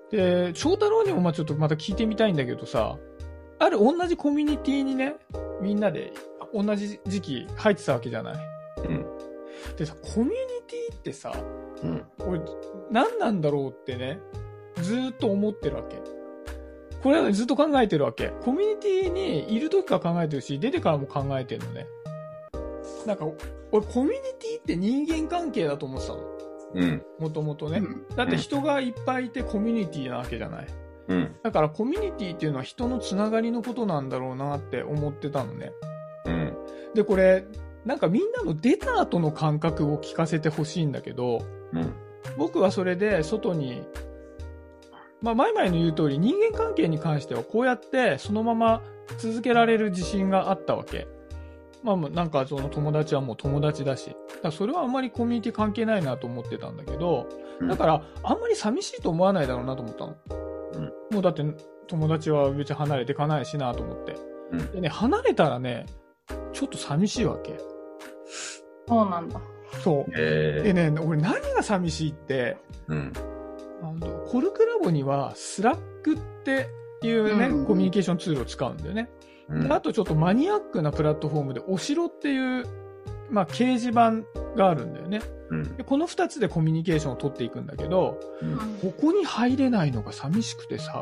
で、翔太郎にもちょっとまた聞いてみたいんだけどさ、ある同じコミュニティにね、みんなで同じ時期入ってたわけじゃない。 うん。 でさ、コミュニティってさ、 うん。 俺、何なんだろうってね、ずーっと思ってるわけ。これはずっと考えてるわけ。コミュニティにいる時から考えてるし、出てからも考えてるのね。なんか、俺コミュニティって人間関係だと思ってたの。 うん。 もともとね。だって人がいっぱいいてコミュニティなわけじゃない。 うん。 だからコミュニティっていうのは人のつながりのことなんだろうなって思ってたのね。 うん。 で、これ、なんかみんなの出た後の感覚を聞かせてほしいんだけど、 うん。 僕はそれで外に、まあ、前々の言う通り人間関係に関してはこうやってそのまま続けられる自信があったわけ。まあ、なんかその友達はもう友達だし。だからそれはあんまりコミュニティ関係ないなと思ってたんだけど、だからあんまり寂しいと思わないだろうなと思ったの。うん、もうだって友達は別に離れていかないしなと思って。うん、でね、離れたらね、ちょっと寂しいわけ。 そうなんだ。 そう。でね、俺何が寂しいって、うん、コルクラボにはスラックっていうね、コミュニケーションツールを使うんだよね。うん、あとちょっとマニアックなプラットフォームでお城っていう、まあ、掲示板があるんだよね。うん、でこの2つでコミュニケーションを取っていくんだけど、ここに入れないのが寂しくてさ。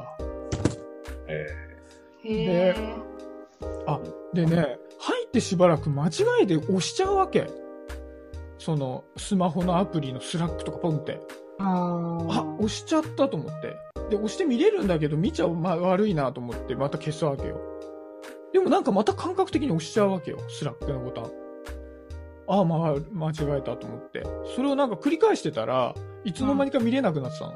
で、でね、入ってしばらく間違えて押しちゃうわけ。そのスマホのアプリのスラックとかポンって。押しちゃったと思って。で、押して見れるんだけど見ちゃ悪いなと思ってまた消すわけよ。でもなんかまた感覚的に押しちゃうわけよ。スラックのボタン。間違えたと思って。それをなんか繰り返してたら、いつの間にか見れなくなってたの。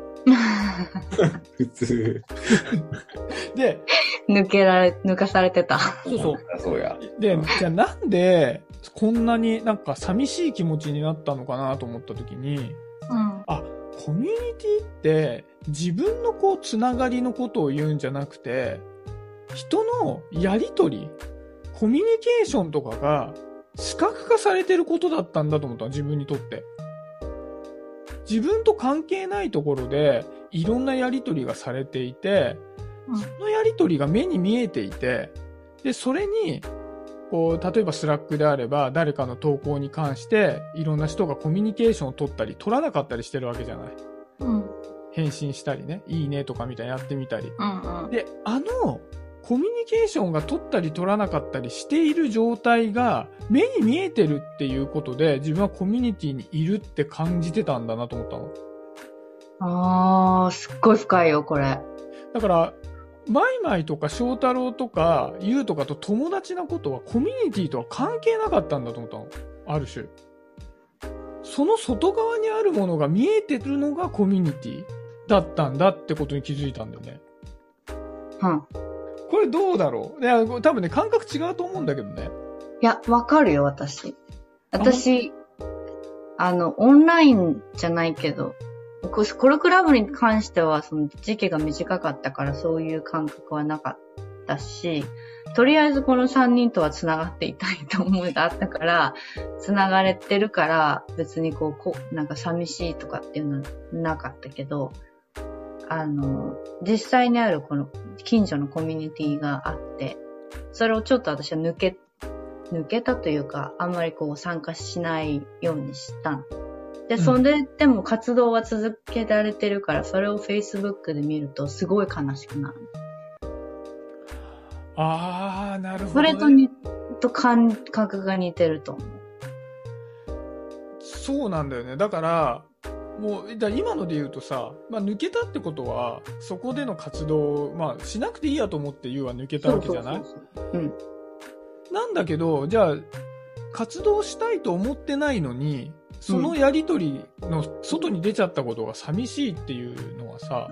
普通。 で、抜かされてた。 そうそう。 そうや。 で、じゃあなんで、こんなになんか寂しい気持ちになったのかなと思った時に、コミュニティって自分のこうつながりのことを言うんじゃなくて、人のやりとり、コミュニケーションとかが視覚化されてることだったんだと思ったの、自分にとって。自分と関係ないところでいろんなやりとりがされていて、そのやりとりが目に見えていて、で、それに、こう、例えばスラックであれば誰かの投稿に関していろんな人がコミュニケーションを取ったり取らなかったりしてるわけじゃない。返信したりね、いいねとかみたいにやってみたり。で、コミュニケーションが取ったり取らなかったりしている状態が目に見えてるっていうことで自分はコミュニティにいるって感じてたんだなと思ったの。 すっごい深いよ、これ。 だから、マイマイとか翔太郎とかユウとかと友達なことはコミュニティとは関係なかったんだと思ったの。ある種。その外側にあるものが見えてるのがコミュニティだったんだってことに気づいたんだよね。これどうだろう？いや、多分ね、感覚違うと思うんだけどね。 いや、わかるよ、私、オンラインじゃないけど、コルクラブに関しては、その時期が短かったから、そういう感覚はなかったし、とりあえずこの3人とは繋がっていたいと思いがあったから、繋がれてるから、別になんか寂しいとかっていうのはなかったけど、実際にあるこの近所のコミュニティがあって、それをちょっと私は抜けたというか、あんまり参加しないようにしたの。で、それでも活動は続けられてるから、それを Facebook で見るとすごい悲しくなる。 なるほど、ね。 それと感覚が似てると思う。 そうなんだよね。だから、もう、今ので言うとさ、抜けたってことは、そこでの活動を、しなくていいやと思っては抜けたわけじゃない？なんだけど、じゃあ、活動したいと思ってないのに、そのやりとりの外に出ちゃったことが寂しいっていうのはさ、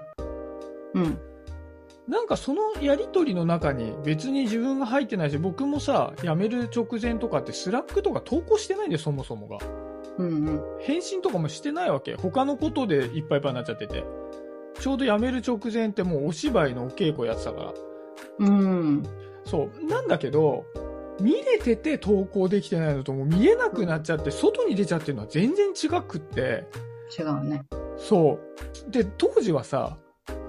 なんかそのやりとりの中に別に自分が入ってないし、僕もさ、辞める直前とかってスラックとか投稿してないんだよ、そもそもが。返信とかもしてないわけ。他のことでいっぱいいっぱいになっちゃってて。ちょうど辞める直前ってもうお芝居のお稽古やってたから。そう。なんだけど、見れてて投稿できてないのともう見えなくなっちゃって、外に出ちゃってるのは全然違くって。 違うね。 そう。で、当時はさ、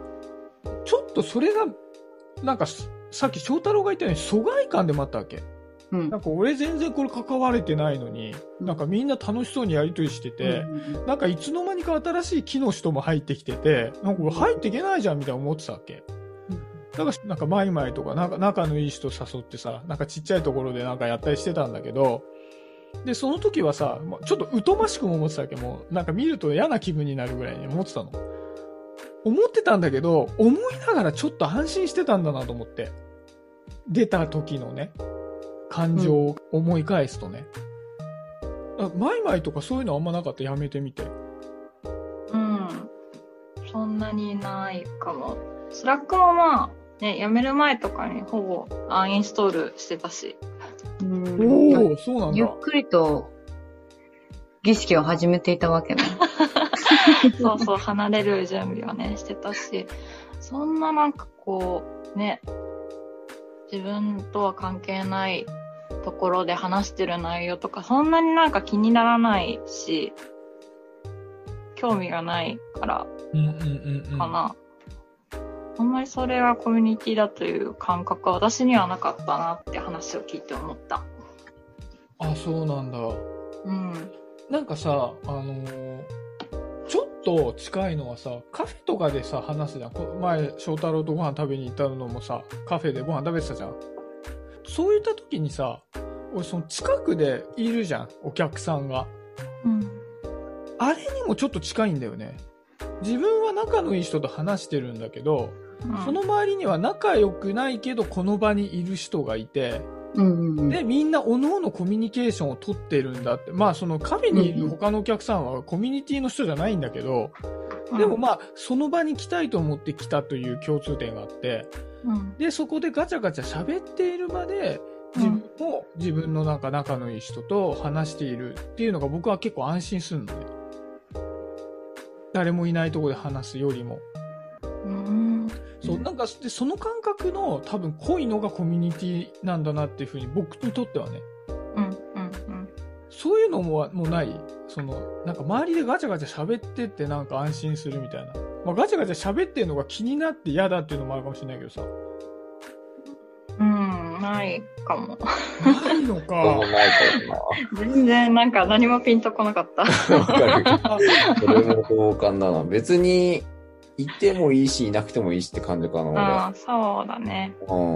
とそれが、なんかさっき翔太郎が言ったように疎外感でもあったわけ。 うん。 なんか俺全然これ関われてないのに、なんかみんな楽しそうにやりとりしてて、なんかいつの間にか新しい木の人も入ってきてて、なんか入っていけないじゃんみたいな思ってたわけ。だからなんかマイマイとか仲のいい人誘ってさ、なんかちっちゃいところでなんかやったりしてたんだけど、で、その時はさ、ちょっと疎ましくも思ってたわけ。もうなんか見ると嫌な気分になるぐらいに思ってたの。思ってたんだけど、思いながらちょっと安心してたんだなと思って。出た時のね、感情を思い返すとね。マイマイとかそういうのあんまなかった。やめてみて。 うん。そんなにないかも。スラックもまあ、ね、やめる前とかにほぼアンインストールしてたし。 おー、そうなんだ。 ゆっくりと儀式を始めていたわけね。 そうそう、離れる準備はね、してたし、そんななんかこう、ね、自分とは関係ないところで話してる内容とか、そんなになんか気にならないし、興味がないから、かな。あんまりそれがコミュニティだという感覚は私にはなかったなって話を聞いて思った。 あ、そうなんだ。 うん。 なんかさ、ちょっと近いのはさ、カフェとかでさ、話すじゃん。前、翔太郎とご飯食べに行ったのもさ、カフェでご飯食べてたじゃん。そういった時にさ、俺その近くでいるじゃん、お客さんが。 うん。 あれにもちょっと近いんだよね。自分は仲のいい人と話してるんだけど、その周りには仲良くないけどこの場にいる人がいて、で、みんな各々コミュニケーションを取ってるんだって。まあそのカフェにいる他のお客さんはコミュニティの人じゃないんだけど、でもまあその場に来たいと思って来たという共通点があって、で、そこでガチャガチャ喋っている場で、自分も自分のなんか仲のいい人と話しているっていうのが僕は結構安心するのね。誰もいないところで話すよりも。そう、なんか、で、その感覚の多分濃いのがコミュニティなんだなっていうふうに僕にとってはね。そういうのもないなんか周りでガチャガチャ喋ってってなんか安心するみたいな。まあガチャガチャ喋ってるのが気になって嫌だっていうのもあるかもしれないけどさ。 ないかも。 ないのか。 ないかな。全然なんか何もピンとこなかった。 わかる。それも同感だな。別に、いてもいいし、いなくてもいいしって感じかな、俺。 ああ、そうだね。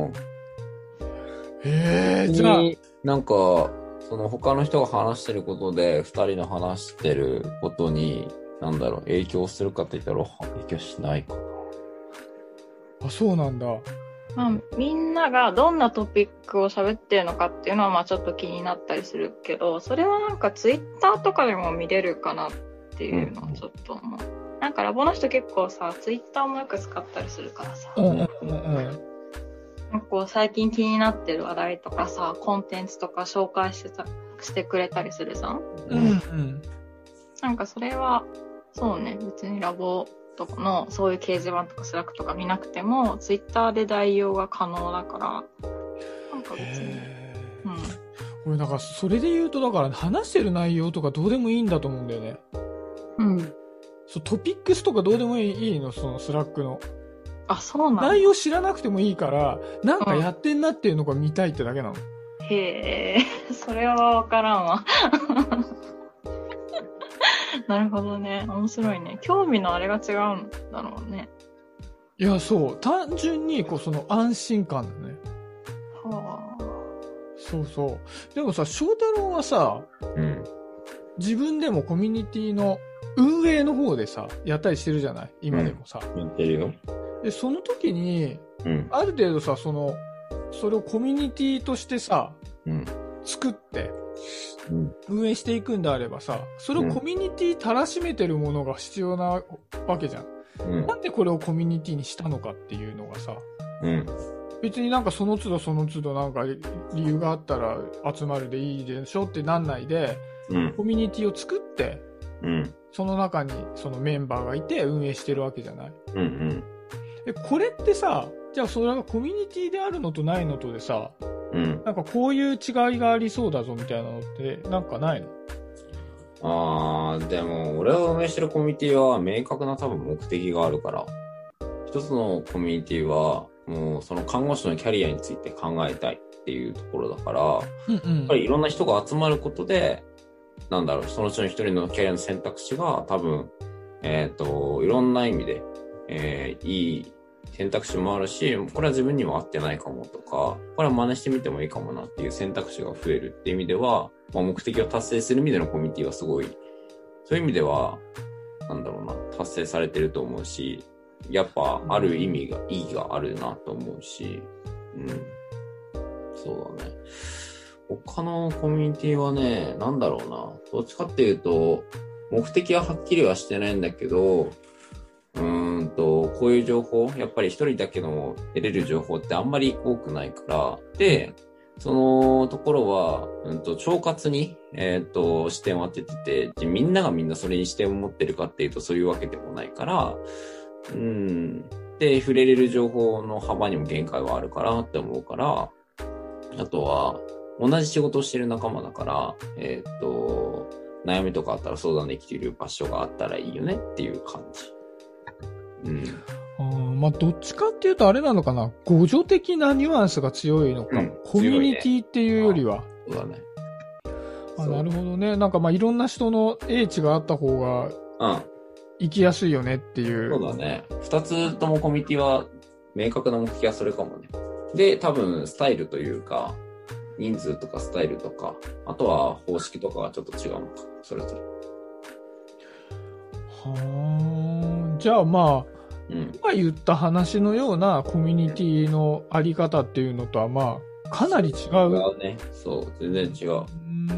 じゃあ。 なんか、その他の人が話してることで、二人の話してることに、なんだろう、影響するかって言ったら、影響しないかな。 あ、そうなんだ。 まあ、みんながどんなトピックを喋ってるのかっていうのはまあちょっと気になったりするけど、それはなんかツイッターとかでも見れるかなっていうのはちょっと思う。なんかラボの人結構さ、ツイッターもよく使ったりするからさ。なんかこう最近気になってる話題とかさ、コンテンツとか紹介してくれたりするじゃん。なんかそれは、そうね、別にラボとかのそういう掲示板とかスラックとか見なくてもツイッターで代用が可能だから、なんか別に俺なんかそれで言うとだから話してる内容とかどうでもいいんだと思うんだよね。そう、トピックスとかどうでもいいの、そのスラックの。 あ、そうなんだ。 内容知らなくてもいいからなんかやってんなっていうのが見たいってだけなの。 へえ、それはわからんわ。なるほどね。面白いね。興味のあれが違うんだろうね。 いや、そう。単純に、その安心感だね。 はあ。 そうそう。でもさ、翔太郎はさ、自分でもコミュニティの運営の方でさ、やったりしてるじゃない今でもさ。 やってるよ。 で、その時に、ある程度さ、それをコミュニティとしてさ、作って、運営していくんであればさ、それをコミュニティたらしめてるものが必要なわけじゃん。なんでこれをコミュニティにしたのかっていうのがさ、別になんかその都度なんか理由があったら集まるでいいでしょってなんないで、コミュニティを作って、その中にそのメンバーがいて運営してるわけじゃない。でこれってさ、じゃあそれがコミュニティであるのとないのとでさ、なんかこういう違いがありそうだぞみたいなのってなんかないの？ でも俺が運営してるコミュニティは明確な多分目的があるから、一一つのコミュニティは、もうその看護師のキャリアについて考えたいっていうところだから、やっぱりいろんな人が集まることで、そのうちの一人のキャリアの選択肢が多分、いろんな意味で、いい選択肢もあるし、これは自分にも合ってないかもとか、これは真似してみてもいいかもなっていう選択肢が増えるっていう意味では、目的を達成する意味でのコミュニティはすごい、そういう意味では、達成されてると思うし、やっぱある意味があるなと思うし、そうだね。他のコミュニティはね、どっちかっていうと、目的ははっきりはしてないんだけど、こういう情報、やっぱり一人だけの得れる情報ってあんまり多くないから、で、そのところは、腸活に、視点を当ててて、みんながみんなそれに視点を持ってるかっていうとそういうわけでもないから、で、触れれる情報の幅にも限界はあるからって思うから、あとは、同じ仕事をしてる仲間だから、悩みとかあったら相談できている場所があったらいいよねっていう感じ。 どっちかっていうとあれなのかな、互助的なニュアンスが強いのか、コミュニティっていうよりは。 そうだね。 なるほどね。いろんな人の英知があった方が、生きやすいよねっていう。 そうだね。二つともコミュニティは明確な目的はそれかもね。で、多分スタイルというか、人数とかスタイルとか、あとは方式とかがちょっと違うのか、それぞれ。 じゃあ今言った話のようなコミュニティのあり方っていうのとはかなり違う。 違うね。そう、全然違う。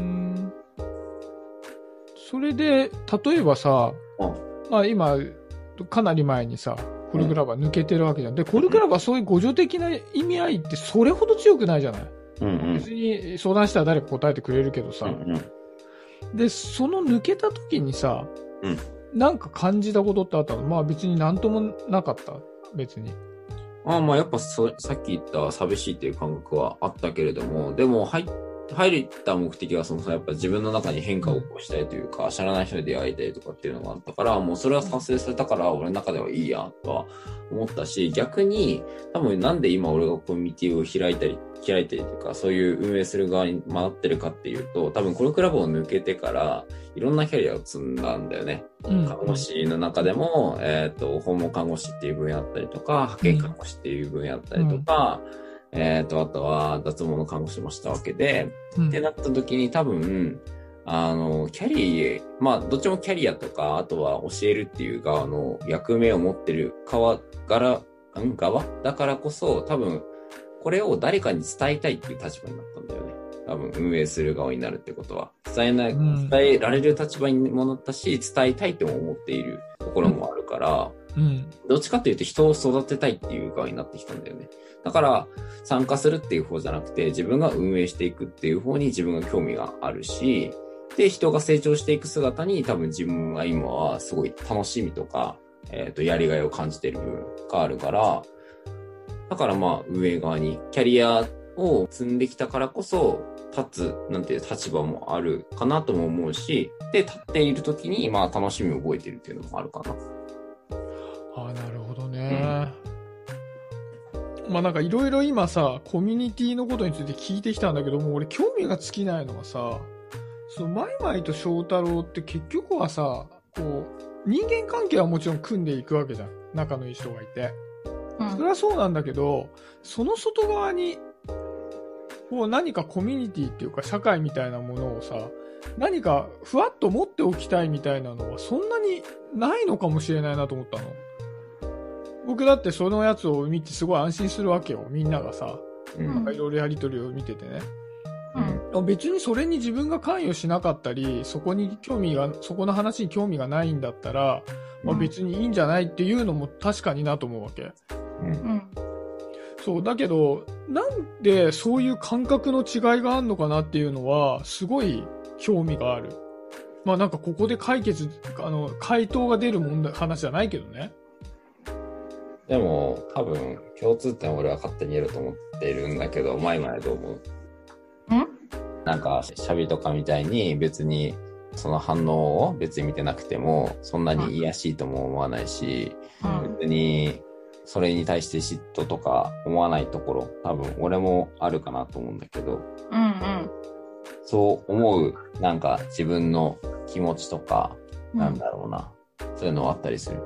それで、例えばさ、今、かなり前にさ、コルクラブは抜けてるわけじゃん。で、コルクラブはそういう互助的な意味合いってそれほど強くないじゃない。別に相談したら誰か答えてくれるけどさ。で、その抜けた時にさ、なんか感じたことってあったの？別になんともなかった。別に。 やっぱさっき言った寂しいっていう感覚はあったけれども、でも入った目的はやっぱ自分の中に変化を起こしたいというか、知らない人に出会いたいとかっていうのがあったから、もうそれは達成されたから俺の中ではいいやとは思ったし、逆に多分なんで今俺がコミュニティを開いたりというか、そういう運営する側に回ってるかっていうと、多分コルクラブを抜けてからいろんなキャリアを積んだんだよね。看護師の中でも、訪問看護師っていう分野だったりとか、派遣看護師っていう分野だったりとか、あとは脱毛の看護師もしたわけで、ってなった時に多分、キャリア、どっちもキャリアとか、あとは教えるっていう側の役目を持ってる側だからこそ、多分、これを誰かに伝えたいっていう立場になったんだよね。多分、運営する側になるってことは。伝えられる立場にもなったし、伝えたいとも思っているところもあるから、どっちかっていうと人を育てたいっていう側になってきたんだよね。だから、参加するっていう方じゃなくて、自分が運営していくっていう方に自分が興味があるし、で、人が成長していく姿に多分自分は今はすごい楽しみとか、やりがいを感じている部分があるから、だから運営側にキャリアを積んできたからこそ、立場もあるかなとも思うし、で、立っている時に楽しみを覚えているっていうのもあるかな。 なるほどね。いろいろ今さ、コミュニティのことについて聞いてきたんだけども、俺興味が尽きないのはさ、マイマイと翔太郎って結局はさ、人間関係はもちろん組んでいくわけじゃん。仲のいい人がいて。それはそうなんだけど、その外側に、何かコミュニティっていうか社会みたいなものをさ、何かふわっと持っておきたいみたいなのはそんなにないのかもしれないなと思ったの。僕だってそのやつを見てすごい安心するわけよ。みんながさ、いろいろやりとりを見ててね。別にそれに自分が関与しなかったり、そこの話に興味がないんだったら、別にいいんじゃないっていうのも確かになと思うわけ。そう、だけど、なんでそういう感覚の違いがあるのかなっていうのは、すごい興味がある。ここで回答が出る話じゃないけどね。 でも、多分、共通点俺は勝手に言えると思っているんだけど、マイマイどう思う？シャビとかみたいに別にその反応を別に見てなくてもそんなに癒やしいとも思わないし、別にそれに対して嫉妬とか思わないところ、多分俺もあるかなと思うんだけど、 うんうん。 そう思う、なんか自分の気持ちとか、なんだろうな、そういうのはあったりする。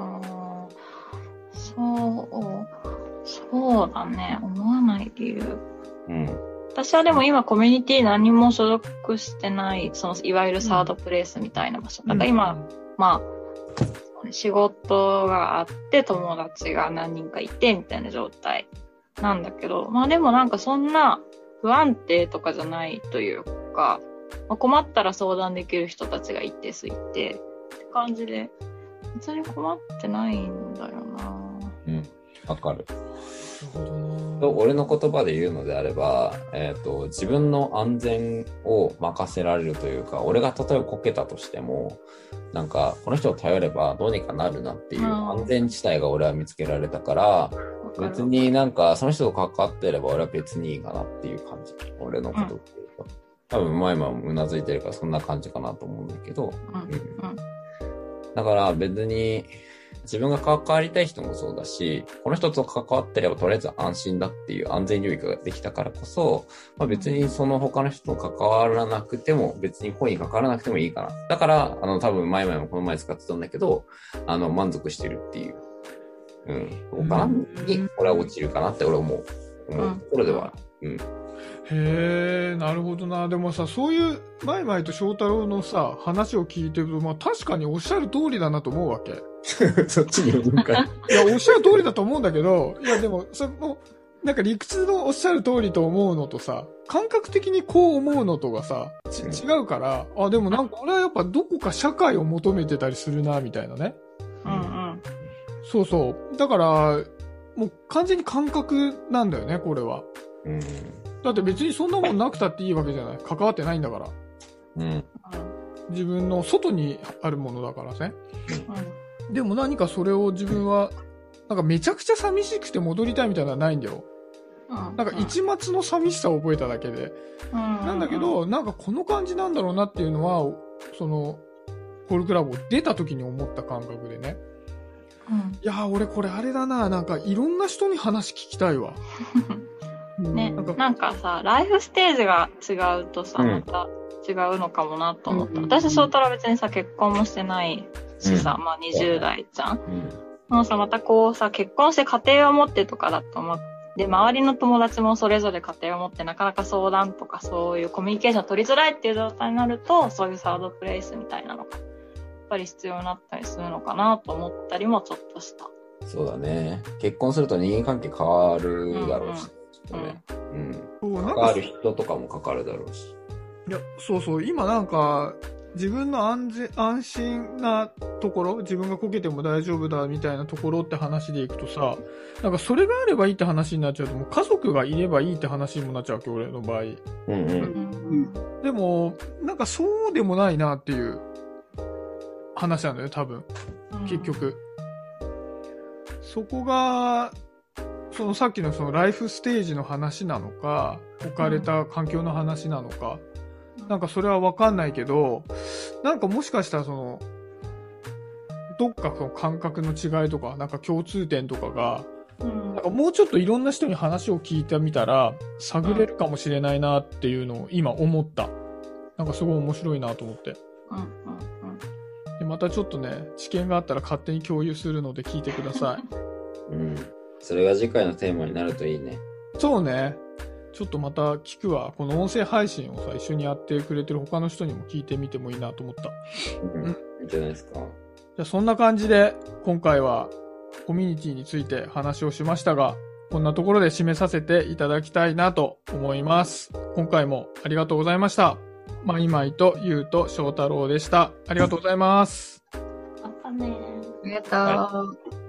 そうだね。思わない理由。 うん。 私はでも今コミュニティ何も所属してない、そのいわゆるサードプレイスみたいな場所。だから今、まあ、仕事があって友達が何人かいてみたいな状態なんだけど、まあでもなんかそんな不安定とかじゃないというか、まあ、困ったら相談できる人たちが一定数いてって感じで、別に困ってないんだよな。 うん、わかる。俺の言葉で言うのであれば、自分の安全を任せられるというか、俺が例えばこけたとしても、なんかこの人を頼ればどうにかなるなっていう安全地帯が俺は見つけられたから、別になんかその人と関わってれば俺は別にいいかなっていう感じ。俺のことっていうか、多分前もうなずいてるからそんな感じかなと思うんだけど、だから別に自分が関わりたい人もそうだし、この人と関わってればとりあえず安心だっていう安全領域ができたからこそ、まあ、別にその他の人と関わらなくても、別に恋に関わらなくてもいいかな。だから、多分前々もこの前使ってたんだけど、満足してるっていう、そうかなに、俺は落ちるかなって俺は思うところではある。 へえ、なるほどな。でもさ、そういう、マイマイと翔太郎のさ、話を聞いてると、まあ確かにおっしゃる通りだなと思うわけ。 そっちに読むかい。 いや、おっしゃる通りだと思うんだけど、いやでも、その、なんか理屈のおっしゃる通りと思うのとさ、感覚的にこう思うのとがさ、違うから、あ、でもなんか俺はやっぱどこか社会を求めてたりするな、みたいなね。そうそう。だから、もう完全に感覚なんだよね、これは。だって別にそんなもんなくたっていいわけじゃない。関わってないんだから。自分の外にあるものだからね。でも何かそれを自分は、なんかめちゃくちゃ寂しくて戻りたいみたいなのはないんだよ。なんか一抹の寂しさを覚えただけで。なんだけど、なんかこの感じなんだろうなっていうのは、その、コルクラブを出た時に思った感覚でね。いやー、俺これあれだな。なんかいろんな人に話聞きたいわ。 ね、なんかさ、ライフステージが違うとさ、また違うのかもなと思った。私、翔太郎は別にさ、結婚もしてないしさ、まあ20代じゃん。もうさ、またこうさ、結婚して家庭を持ってとかだと思って、周りの友達もそれぞれ家庭を持ってなかなか相談とかそういうコミュニケーション取りづらいっていう状態になると、そういうサードプレイスみたいなのが、やっぱり必要になったりするのかなと思ったりもちょっとした。 そうだね。結婚すると人間関係変わるだろうし。関わる人とかも関わるだろうし。 いや、そうそう。今なんか、自分の安心なところ、自分がこけても大丈夫だみたいなところって話でいくとさ、なんかそれがあればいいって話になっちゃうと、もう家族がいればいいって話にもなっちゃうわけ、俺の場合。でも、なんかそうでもないなっていう話なんだよ、多分。結局。そこが、そのさっきのそのライフステージの話なのか、置かれた環境の話なのか、なんかそれはわかんないけど、なんかもしかしたらその、どっかその感覚の違いとか、なんか共通点とかが、なんかもうちょっといろんな人に話を聞いてみたら、探れるかもしれないなっていうのを今思った。なんかすごい面白いなと思って。でまたちょっとね、知見があったら勝手に共有するので聞いてください。 それが次回のテーマになるといいね。 そうね。ちょっとまた聞くわ。この音声配信をさ、一緒にやってくれてる他の人にも聞いてみてもいいなと思った。 いいじゃないですか。 じゃあそんな感じで、今回はコミュニティについて話をしましたが、こんなところで締めさせていただきたいなと思います。今回もありがとうございました。マイマイとユウと翔太郎でした。ありがとうございます。 またね。 ありがとう。